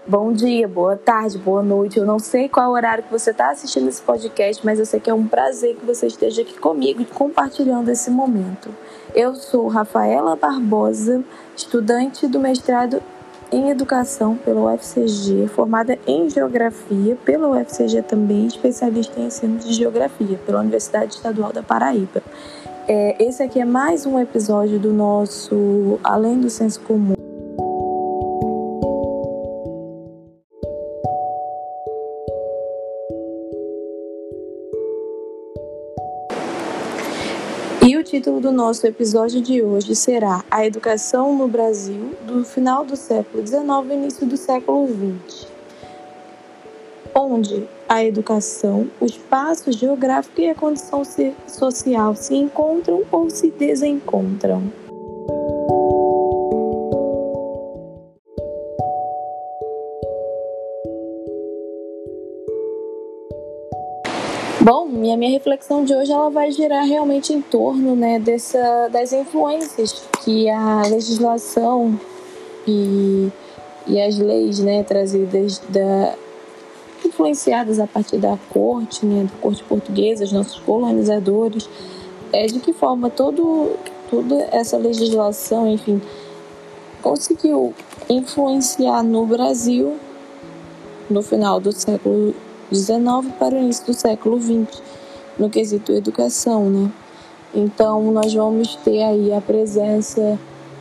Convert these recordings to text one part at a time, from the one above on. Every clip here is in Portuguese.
Bom dia, boa tarde, boa noite. Eu não sei qual horário que você está assistindo esse podcast, mas eu sei que é um prazer que você esteja aqui comigo compartilhando esse momento. Eu sou Rafaela Barbosa, estudante do mestrado em Educação pela UFCG, formada em Geografia pela UFCG também, especialista em ensino de Geografia pela Universidade Estadual da Paraíba. Esse aqui é mais um episódio do nosso Além do Senso Comum. E o título do nosso episódio de hoje será A Educação no Brasil do final do século XIX e início do século XX, onde a educação, o espaço geográfico e a condição social se encontram ou se desencontram. Bom, a minha reflexão de hoje ela vai girar realmente em torno, das influências que a legislação e as leis, trazidas influenciadas a partir da corte, da corte portuguesa, os nossos colonizadores, de que forma toda essa legislação, enfim, conseguiu influenciar no Brasil no final do século XIX para o início do século XX, no quesito educação, Então, nós vamos ter aí a presença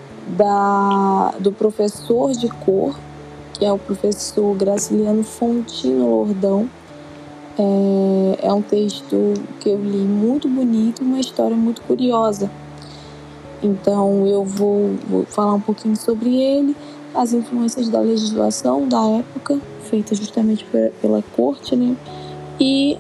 do professor de cor, que é o professor Graciliano Fontino Lordão. É um texto que eu li muito bonito, uma história muito curiosa. Então, eu vou falar um pouquinho sobre ele, as influências da legislação da época, feita justamente pela corte, e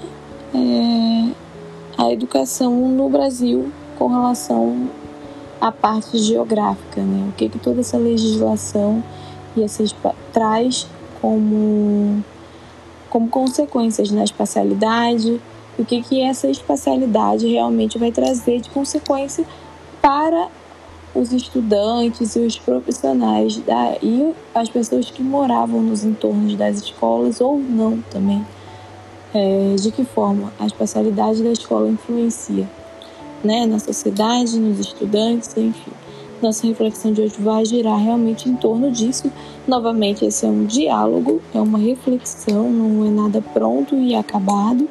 a educação no Brasil com relação à parte geográfica, O que toda essa legislação traz como consequências na espacialidade, o que essa espacialidade realmente vai trazer de consequência para os estudantes e os profissionais e as pessoas que moravam nos entornos das escolas ou não também. De que forma a espacialidade da escola influencia, na sociedade, nos estudantes, enfim. Nossa reflexão de hoje vai girar realmente em torno disso. Novamente, esse é um diálogo, é uma reflexão, não é nada pronto e acabado.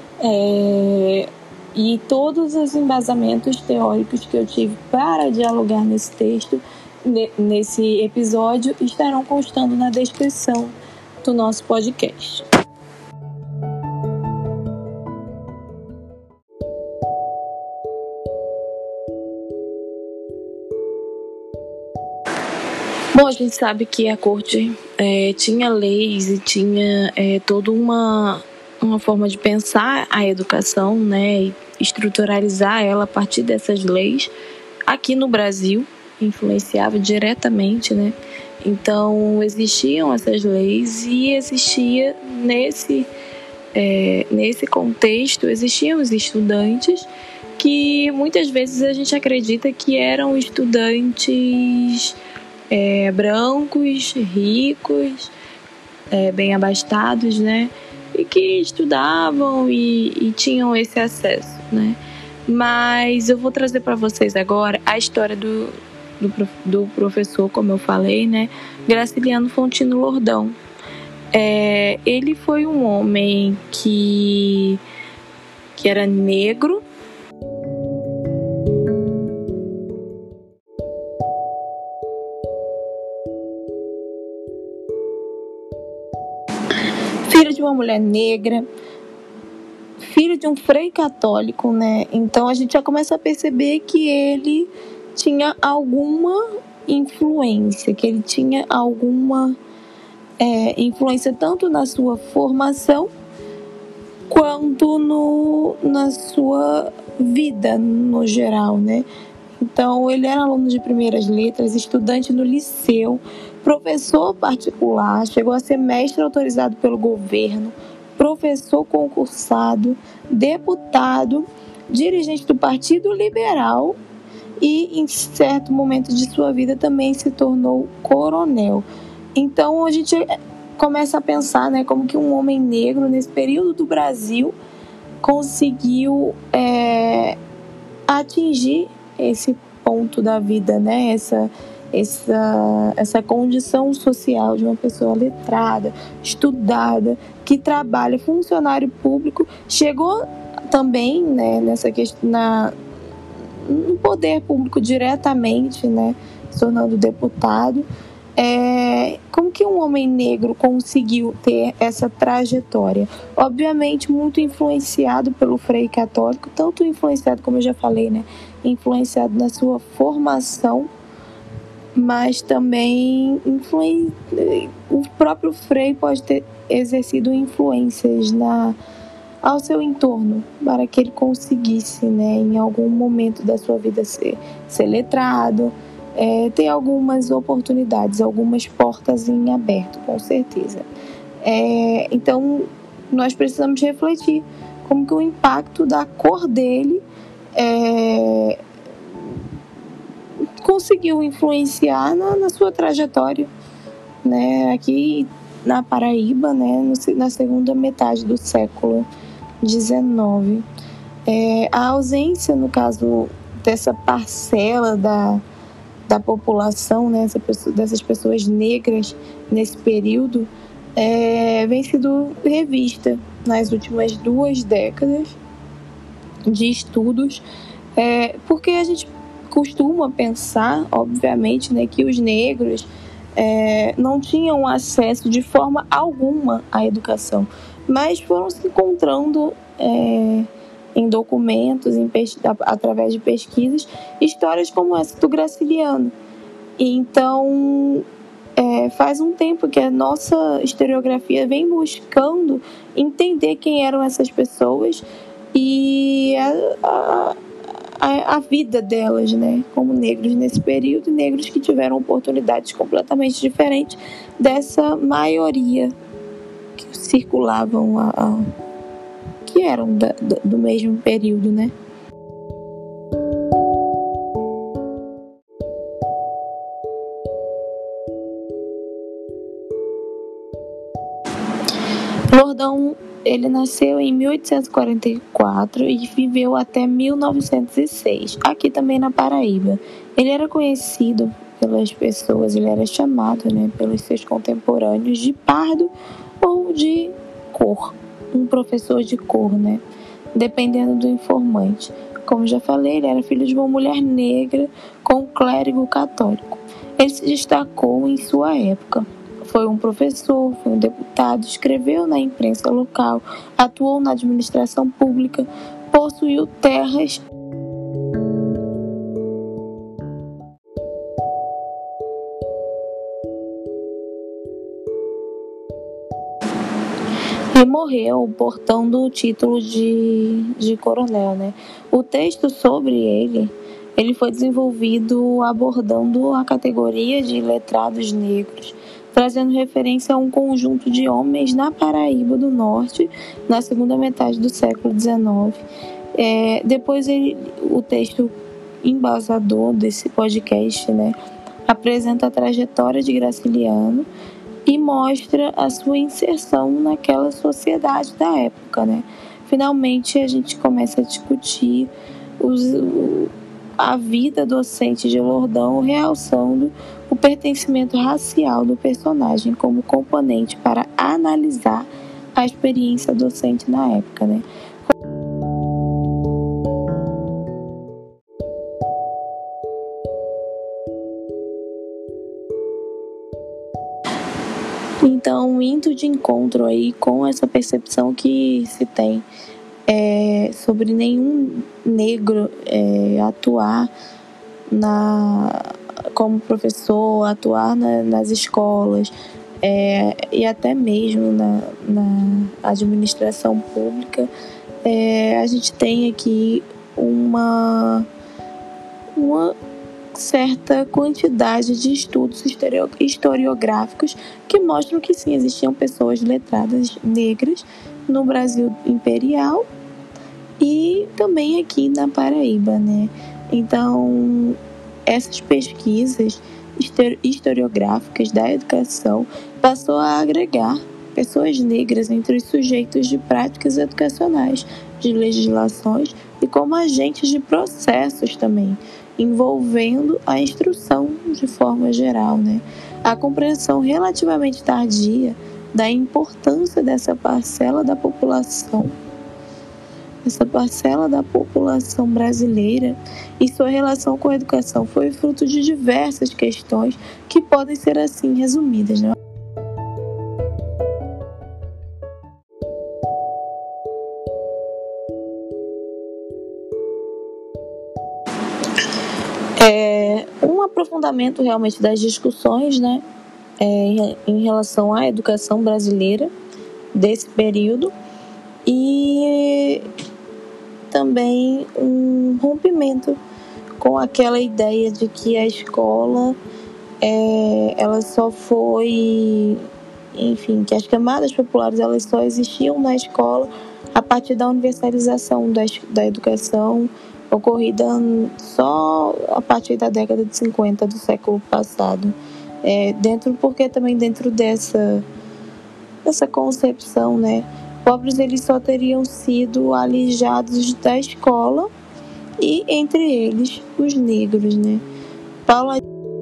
E todos os embasamentos teóricos que eu tive para dialogar nesse texto, nesse episódio, estarão constando na descrição do nosso podcast. Bom, a gente sabe que a corte tinha leis e tinha toda uma forma de pensar a educação, e estruturalizar ela a partir dessas leis. Aqui no Brasil, influenciava diretamente, Então, existiam essas leis e existia nesse contexto, existiam os estudantes que muitas vezes a gente acredita que eram estudantes brancos, ricos, bem abastados, e que estudavam e tinham esse acesso, Mas eu vou trazer para vocês agora a história do professor, como eu falei, Graciliano Fontino Lordão. Ele foi um homem que era negro, filho de uma mulher negra, filho de um frei católico, Então a gente já começa a perceber que ele tinha alguma influência, que ele tinha alguma influência tanto na sua formação quanto na sua vida no geral, Então ele era aluno de primeiras letras, estudante no liceu, professor particular, chegou a ser mestre autorizado pelo governo, professor concursado, deputado, dirigente do Partido Liberal e, em certo momento de sua vida, também se tornou coronel. Então, a gente começa a pensar, né, como que um homem negro, nesse período do Brasil, conseguiu atingir esse ponto da vida, né, essa condição social de uma pessoa letrada, estudada, que trabalha, funcionário público, chegou também, né, nessa questão, no poder público diretamente, né, se tornando deputado. Como que um homem negro conseguiu ter essa trajetória? Obviamente muito influenciado pelo freio católico, tanto influenciado, como eu já falei, né, influenciado na sua formação, mas também o próprio Frei pode ter exercido influências ao seu entorno para que ele conseguisse, né, em algum momento da sua vida ser letrado, ter algumas oportunidades, algumas portas em aberto, com certeza. Então, nós precisamos refletir como que o impacto da cor dele conseguiu influenciar na sua trajetória, né, aqui na Paraíba, né, na segunda metade do século XIX. A ausência, no caso dessa parcela da população, né, dessas pessoas negras nesse período, vem sido revista nas últimas 2 décadas de estudos, porque a gente costuma pensar, obviamente, né, que os negros não tinham acesso de forma alguma à educação, mas foram se encontrando em documentos, através de pesquisas, histórias como essa do Graciliano. Então, faz um tempo que a nossa historiografia vem buscando entender quem eram essas pessoas e a vida delas, né, como negros nesse período, negros que tiveram oportunidades completamente diferentes dessa maioria que circulavam, que eram do mesmo período, né. Lordão, ele nasceu em 1844 e viveu até 1906, aqui também na Paraíba. Ele era conhecido pelas pessoas, ele era chamado, né, pelos seus contemporâneos de pardo ou de cor, um professor de cor, né, dependendo do informante. Como já falei, ele era filho de uma mulher negra com um clérigo católico. Ele se destacou em sua época. Foi um professor, foi um deputado, escreveu na imprensa local, atuou na administração pública, possuiu terras e morreu portando o título de coronel, né? O texto sobre ele foi desenvolvido abordando a categoria de letrados negros, trazendo referência a um conjunto de homens na Paraíba do Norte, na segunda metade do século XIX. Depois o texto embasador desse podcast, né, apresenta a trajetória de Graciliano e mostra a sua inserção naquela sociedade da época, né? Finalmente a gente começa a discutir a vida docente de Lordão, realçando o pertencimento racial do personagem como componente para analisar a experiência docente na época, né? Então, indo de encontro aí com essa percepção que se tem sobre nenhum negro atuar como professor, atuar nas escolas e até mesmo na administração pública, a gente tem aqui uma certa quantidade de estudos historiográficos que mostram que sim, existiam pessoas letradas negras no Brasil imperial e também aqui na Paraíba, né? Então, essas pesquisas historiográficas da educação, passou a agregar pessoas negras entre os sujeitos de práticas educacionais, de legislações e como agentes de processos também, envolvendo a instrução de forma geral, né? A compreensão relativamente tardia da importância dessa parcela da população brasileira e sua relação com a educação foi fruto de diversas questões que podem ser assim resumidas, né? Um aprofundamento realmente das discussões, né, em relação à educação brasileira desse período e também um rompimento com aquela ideia de que a escola ela só foi, enfim, que as camadas populares elas só existiam na escola a partir da universalização da educação ocorrida só a partir da década de 50 do século passado. Porque também dentro dessa concepção, né, pobres eles só teriam sido alijados da escola e entre eles os negros, né? Paula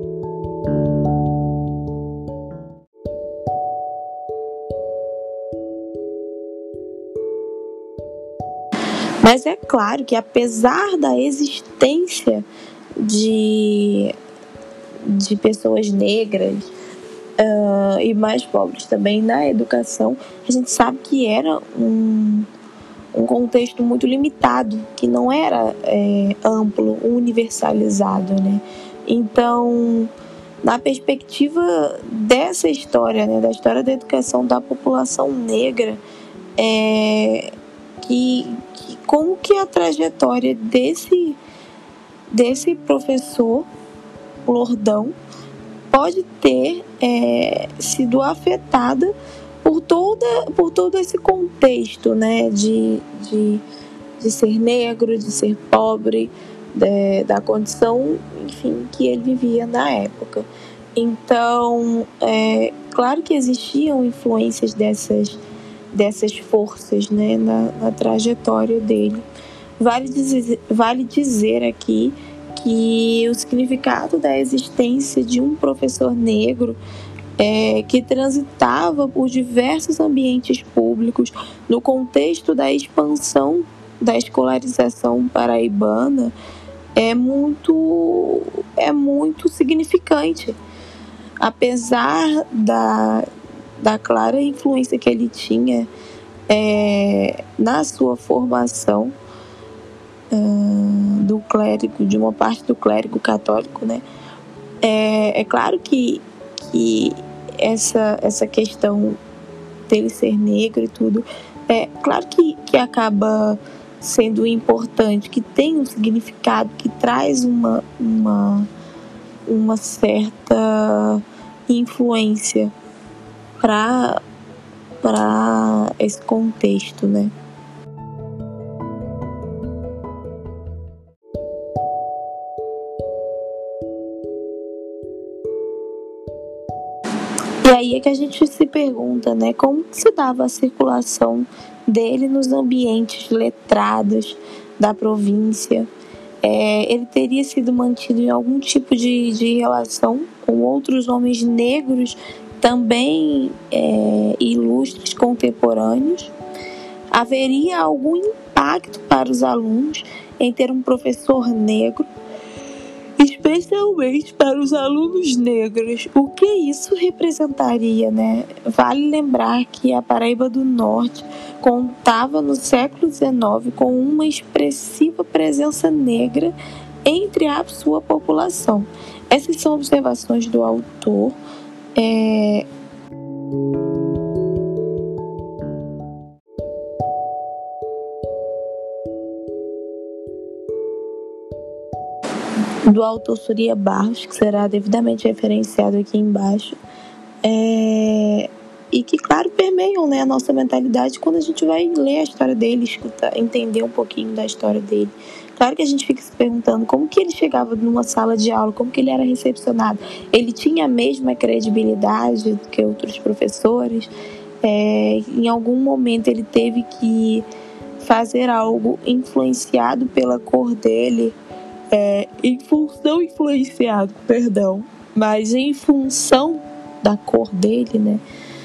Mas é claro que apesar da existência de pessoas negras e mais pobres também na educação, a gente sabe que era um contexto muito limitado, que não era amplo, universalizado, né? Então, na perspectiva dessa história, né, da história da educação da população negra, como que a trajetória desse professor Lordão pode ter sido afetada por todo esse contexto, né, de ser negro, de ser pobre, da condição, enfim, que ele vivia na época. Então, claro que existiam influências dessas forças, né, na trajetória dele. Vale dizer aqui que o significado da existência de um professor negro que transitava por diversos ambientes públicos no contexto da expansão da escolarização paraibana é muito significante. Apesar da clara influência que ele tinha na sua formação do clérigo, de uma parte do clérigo católico, né? É claro que essa questão dele ser negro e tudo, claro que acaba sendo importante, que tem um significado, que traz uma certa influência para esse contexto, né? E aí é que a gente se pergunta, né, como se dava a circulação dele nos ambientes letrados da província. Ele teria sido mantido em algum tipo de relação com outros homens negros, também ilustres contemporâneos? Haveria algum impacto para os alunos em ter um professor negro? Especialmente para os alunos negros, o que isso representaria, né? Vale lembrar que a Paraíba do Norte contava no século XIX com uma expressiva presença negra entre a sua população. Essas são observações do autor. Do autor Surya Barros, que será devidamente referenciado aqui embaixo. e que, claro, permeiam, né, a nossa mentalidade quando a gente vai ler a história dele, escutar, entender um pouquinho da história dele. Claro que a gente fica se perguntando como que ele chegava numa sala de aula, como que ele era recepcionado. Ele tinha a mesma credibilidade que outros professores? Em algum momento ele teve que fazer algo influenciado pela cor dele, não influenciado, perdão, mas em função da cor dele, né?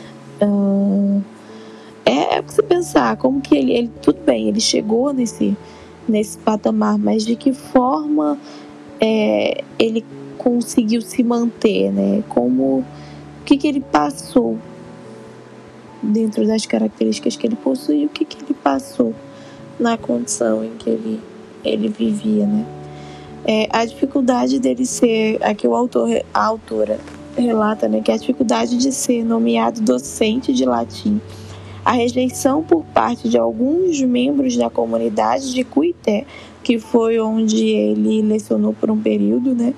É você pensar como que ele tudo bem, ele chegou nesse patamar, mas de que forma ele conseguiu se manter, né? O que ele passou dentro das características que ele possui, o que ele passou na condição em que ele vivia, né? A dificuldade dele ser, aqui a autora relata, né, que a dificuldade de ser nomeado docente de latim, a rejeição por parte de alguns membros da comunidade de Cuité, que foi onde ele lecionou por um período, né?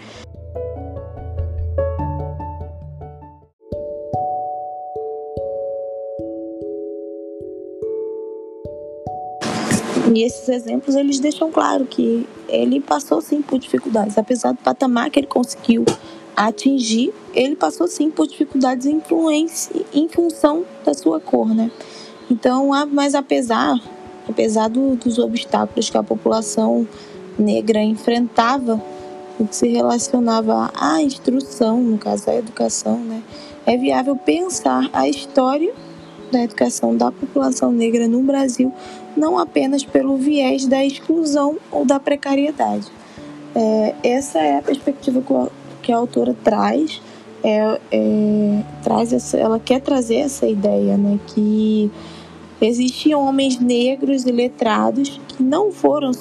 E esses exemplos, eles deixam claro que ele passou sim por dificuldades, apesar do patamar que ele conseguiu atingir, ele passou sim por dificuldades em função da sua cor, né? Então, mas apesar dos obstáculos que a população negra enfrentava, o que se relacionava à instrução, no caso a educação, né? É viável pensar a história da educação da população negra no Brasil não apenas pelo viés da exclusão ou da precariedade. Essa é a perspectiva que a autora traz. Ela quer trazer essa ideia, né, que existiam homens negros e letrados que não foi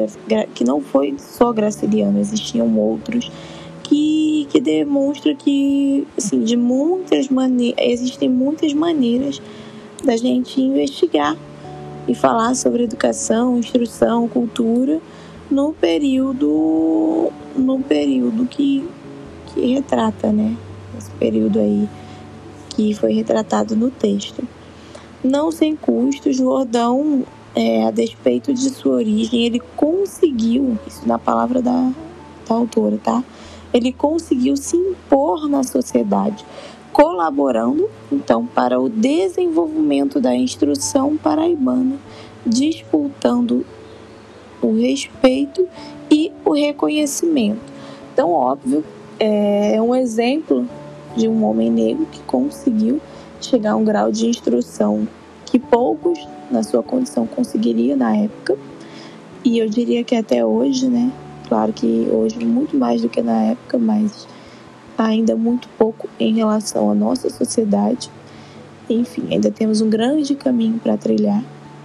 só Graciliano, existiam outros que demonstram que, assim, existem muitas maneiras da gente investigar e falar sobre educação, instrução, cultura no período que retrata, né? Esse período aí que foi retratado no texto. Não sem custos, Jordão, a despeito de sua origem, ele conseguiu, isso na palavra da autora, tá? Ele conseguiu se impor na sociedade, colaborando, então, para o desenvolvimento da instrução paraibana, disputando o respeito e o reconhecimento. Então, óbvio, é um exemplo de um homem negro que conseguiu chegar a um grau de instrução que poucos, na sua condição, conseguiriam na época. E eu diria que até hoje, né? Claro que hoje muito mais do que na época, mas ainda muito pouco em relação à nossa sociedade. Enfim, ainda temos um grande caminho para trilhar.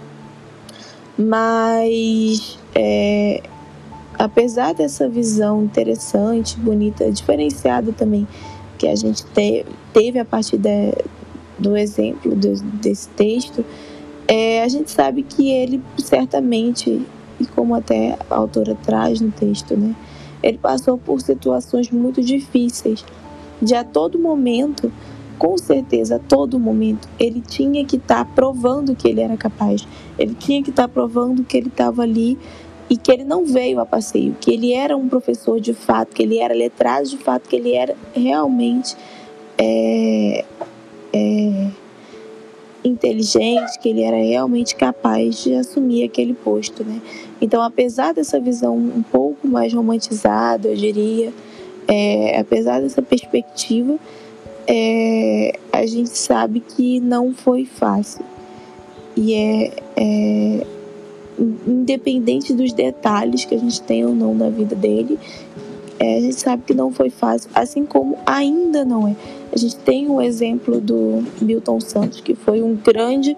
Mas, apesar dessa visão interessante, bonita, diferenciada também, que a gente teve a partir do exemplo desse texto, a gente sabe que ele certamente, e como até a autora traz no texto, né, ele passou por situações muito difíceis, de a todo momento, com certeza, a todo momento, ele tinha que estar provando que ele era capaz, ele tinha que estar provando que ele estava ali e que ele não veio a passeio, que ele era um professor de fato, que ele era letrado de fato, que ele era realmente inteligente, que ele era realmente capaz de assumir aquele posto, né? Então, apesar dessa visão um pouco mais romantizada, eu diria, apesar dessa perspectiva, a gente sabe que não foi fácil. E independente dos detalhes que a gente tem ou não na vida dele, a gente sabe que não foi fácil, assim como ainda não é. A gente tem o exemplo do Milton Santos, que foi um grande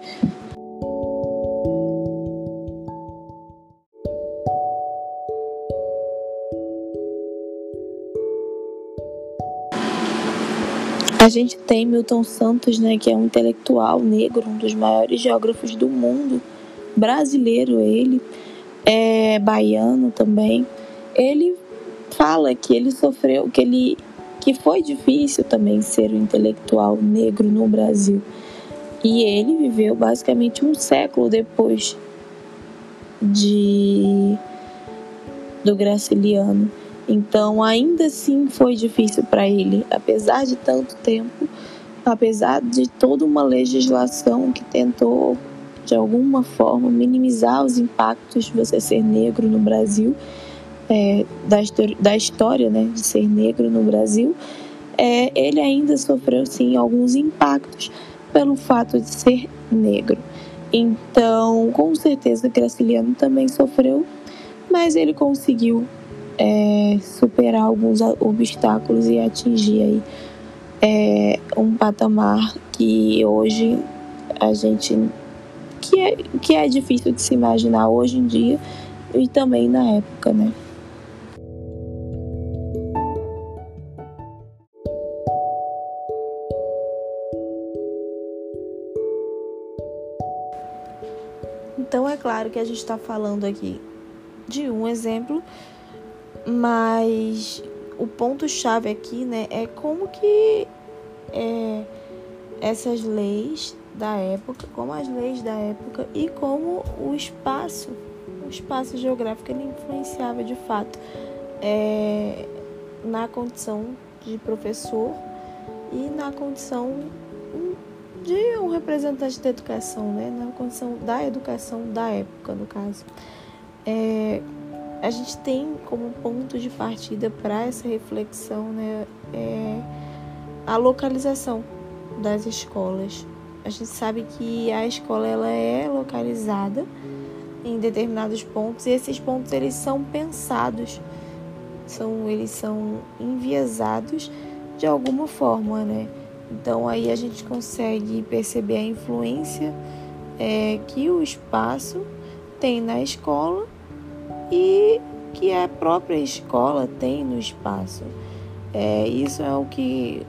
A gente tem Milton Santos, né, que é um intelectual negro, um dos maiores geógrafos do mundo, brasileiro ele, baiano também. Ele fala que ele sofreu, que foi difícil também ser um intelectual negro no Brasil, E ele viveu basicamente um século depois do Graciliano. Então, ainda assim foi difícil para ele, apesar de tanto tempo, apesar de toda uma legislação que tentou, de alguma forma, minimizar os impactos de você ser negro no Brasil, da história, né, de ser negro no Brasil, ele ainda sofreu, sim, alguns impactos pelo fato de ser negro. Então, com certeza, Graciliano também sofreu, mas ele conseguiu superar alguns obstáculos e atingir aí, um patamar que hoje a gente que é difícil de se imaginar hoje em dia e também na época, né? Então é claro que a gente está falando aqui de um exemplo, mas o ponto-chave aqui, né, é como que essas leis da época, como as leis da época e como o espaço geográfico ele influenciava de fato na condição de professor e na condição de um representante da educação, né, na condição da educação da época, no caso. A gente tem como ponto de partida para essa reflexão, né, a localização das escolas. A gente sabe que a escola ela é localizada em determinados pontos e esses pontos eles são pensados, eles são enviesados de alguma forma, né? Então aí a gente consegue perceber a influência que o espaço tem na escola e que a própria escola tem no espaço. Isso é o que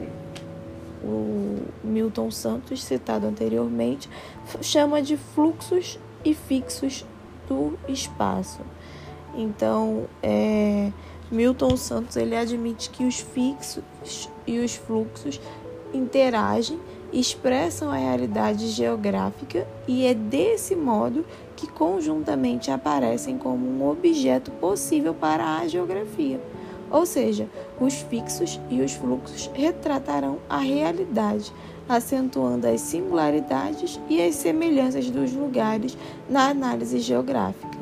o Milton Santos, citado anteriormente, chama de fluxos e fixos do espaço. Então, Milton Santos ele admite que os fixos e os fluxos interagem, expressam a realidade geográfica e é desse modo que conjuntamente aparecem como um objeto possível para a geografia. Ou seja, os fixos e os fluxos retratarão a realidade, acentuando as singularidades e as semelhanças dos lugares na análise geográfica.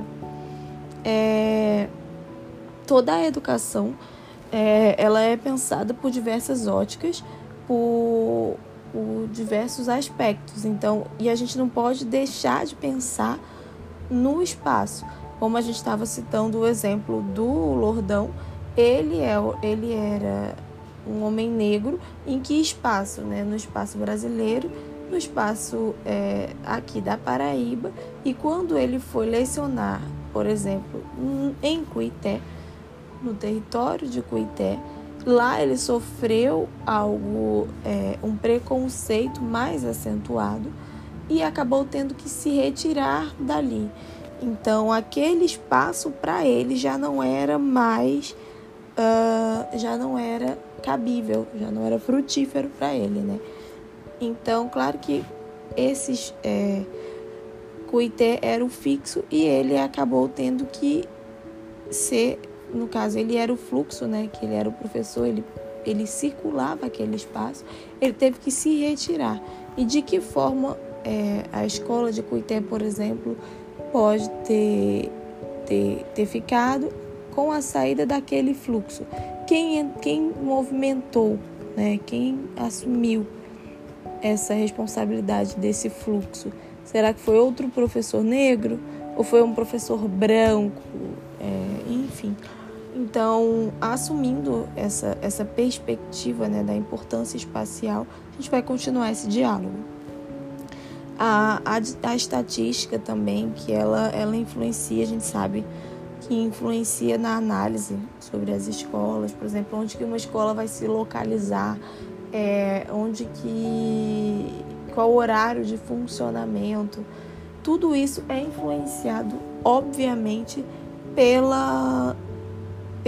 Toda a educação ela é pensada por diversas óticas, por diversos aspectos. Então, e a gente não pode deixar de pensar no espaço. Como a gente estava citando o exemplo do Lourdão, ele era um homem negro em que espaço? Né? No espaço brasileiro, no espaço aqui da Paraíba. E quando ele foi lecionar, por exemplo, em Cuité, no território de Cuité, lá ele sofreu um preconceito mais acentuado e acabou tendo que se retirar dali. Então, aquele espaço para ele já não era mais, já não era cabível, já não era frutífero para ele, né? Então, claro que Cuité era o fixo e ele acabou tendo que ser, no caso, ele era o fluxo, né? Que ele era o professor, ele circulava aquele espaço, ele teve que se retirar. E de que forma a escola de Cuité, por exemplo, pode ter ficado com a saída daquele fluxo? Quem movimentou, né? Quem assumiu essa responsabilidade desse fluxo? Será que foi outro professor negro? Ou foi um professor branco? Enfim. Então, assumindo essa perspectiva, né, da importância espacial, a gente vai continuar esse diálogo. A estatística também, que ela influencia, a gente sabe que influencia na análise sobre as escolas, por exemplo, onde que uma escola vai se localizar, qual o horário de funcionamento. Tudo isso é influenciado, obviamente,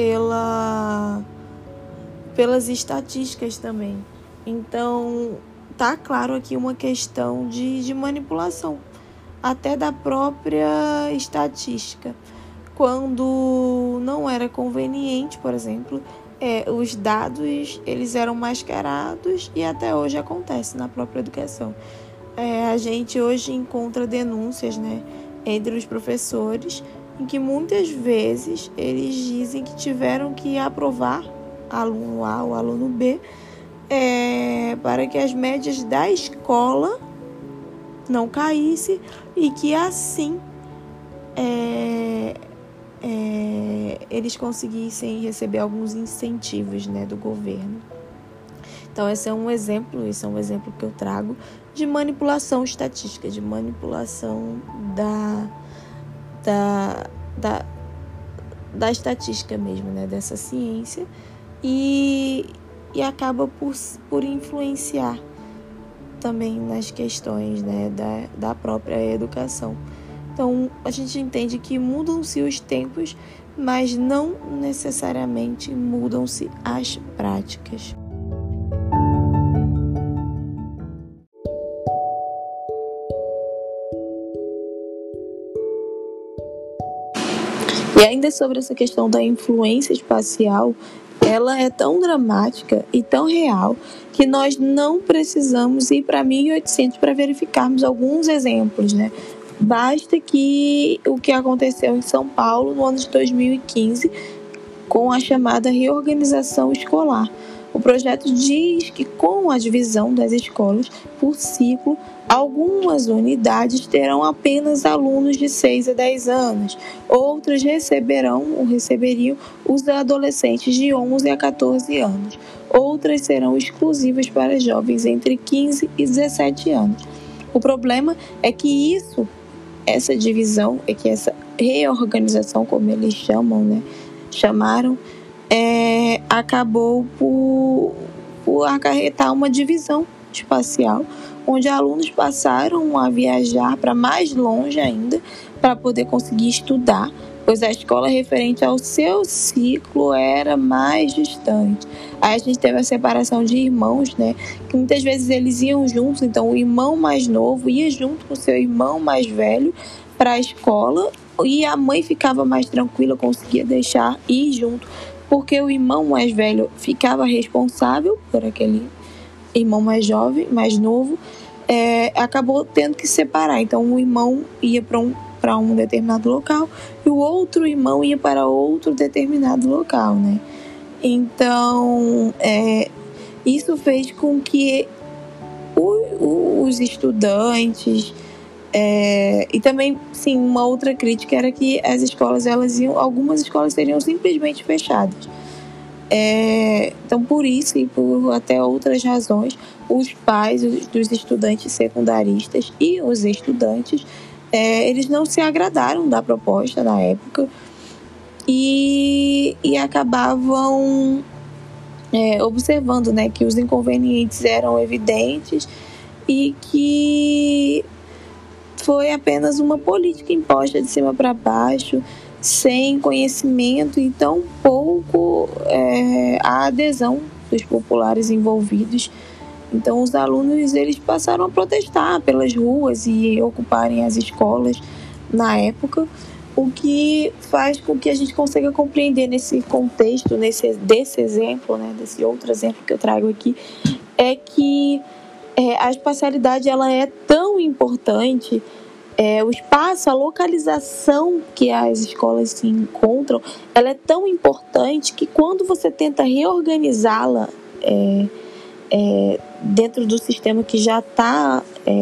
pelas estatísticas também. Então, tá claro aqui uma questão de manipulação, até da própria estatística. Quando não era conveniente, por exemplo, os dados eles eram mascarados e até hoje acontece na própria educação. A gente hoje encontra denúncias, né, entre os professores, em que muitas vezes eles dizem que tiveram que aprovar aluno A ou aluno B para que as médias da escola não caíssem e que assim eles conseguissem receber alguns incentivos, né, do governo. Então esse é um exemplo que eu trago de manipulação estatística, de manipulação da estatística mesmo, né, dessa ciência, e acaba por influenciar também nas questões, né, da própria educação. Então, a gente entende que mudam-se os tempos, mas não necessariamente mudam-se as práticas. E ainda sobre essa questão da influência espacial, ela é tão dramática e tão real que nós não precisamos ir para 1800 para verificarmos alguns exemplos, né? Basta que o que aconteceu em São Paulo no ano de 2015 com a chamada reorganização escolar. O projeto diz que com a divisão das escolas por ciclo, algumas unidades terão apenas alunos de 6 a 10 anos, outras receberiam os adolescentes de 11 a 14 anos, outras serão exclusivas para jovens entre 15 e 17 anos. O problema é que essa divisão, essa reorganização, como eles chamaram, acabou por acarretar uma divisão espacial, onde alunos passaram a viajar para mais longe ainda para poder conseguir estudar, pois a escola referente ao seu ciclo era mais distante. Aí a gente teve a separação de irmãos, né, que muitas vezes eles iam juntos, então o irmão mais novo ia junto com o seu irmão mais velho para a escola e a mãe ficava mais tranquila, conseguia deixar ir junto, porque o irmão mais velho ficava responsável por aquele irmão mais jovem, mais novo, acabou tendo que separar. Então um irmão ia para um determinado local e o outro irmão ia para outro determinado local, né? Então isso fez com que os estudantes e também, sim, uma outra crítica era que as escolas, algumas escolas seriam simplesmente fechadas. Então, por isso e por até outras razões, os pais dos estudantes secundaristas e os estudantes, eles não se agradaram da proposta na época e acabavam observando, né, que os inconvenientes eram evidentes e que foi apenas uma política imposta de cima para baixo, sem conhecimento e tão pouco a adesão dos populares envolvidos. Então os alunos eles passaram a protestar pelas ruas e ocuparem as escolas na época, o que faz com que a gente consiga compreender nesse contexto, desse exemplo, né, desse outro exemplo que eu trago aqui, é que a espacialidade ela é tão importante, o espaço, a localização que as escolas se encontram, ela é tão importante que quando você tenta reorganizá-la dentro do sistema que já está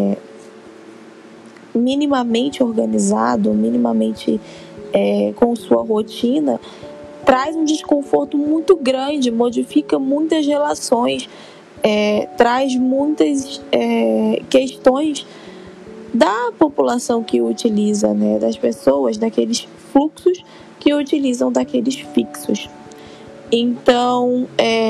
minimamente organizado, minimamente com sua rotina, traz um desconforto muito grande, modifica muitas relações, traz muitas questões da população que utiliza, né, das pessoas, daqueles fluxos que utilizam daqueles fixos. Então,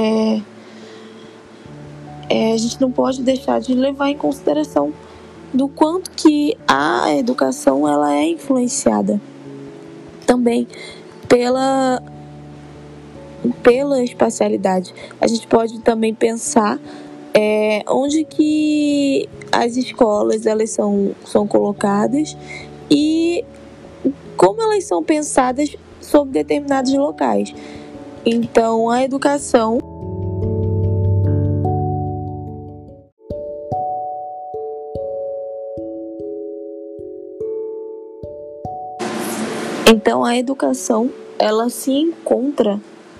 a gente não pode deixar de levar em consideração do quanto que a educação ela é influenciada também pela espacialidade. A gente pode também pensar onde que as escolas elas são colocadas e como elas são pensadas sobre determinados locais. Então, a educação ela se encontra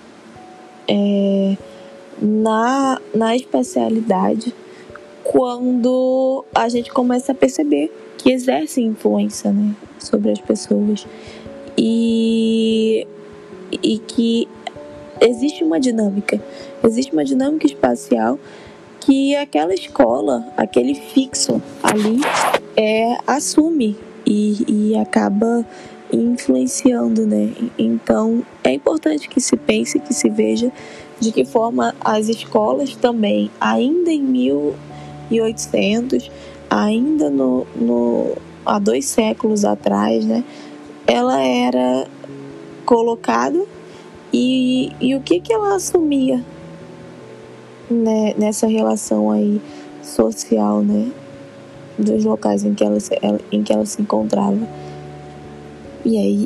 na especialidade quando a gente começa a perceber que exerce influência, né, sobre as pessoas e que existe uma dinâmica espacial que aquela escola, aquele fixo ali assume e acaba influenciando, né? Então é importante que se pense, que se veja de que forma as escolas também, ainda em 1800, ainda há 2 séculos atrás, né? Ela era colocada e o que ela assumia, né, nessa relação aí social, né, dos locais em que ela se encontrava. E aí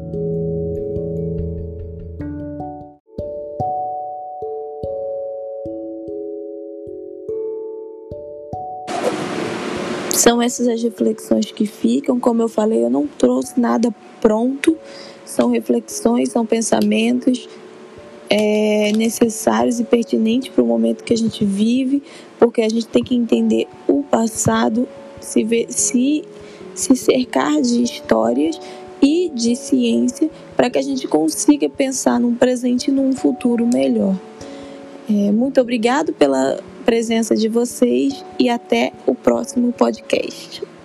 são essas as reflexões que ficam. Como eu falei, eu não trouxe nada pronto, são reflexões, são pensamentos necessários e pertinentes para o momento que a gente vive, porque a gente tem que entender o passado, se cercar de histórias e de ciência para que a gente consiga pensar num presente e num futuro melhor. Muito obrigado pela presença de vocês e até o próximo podcast.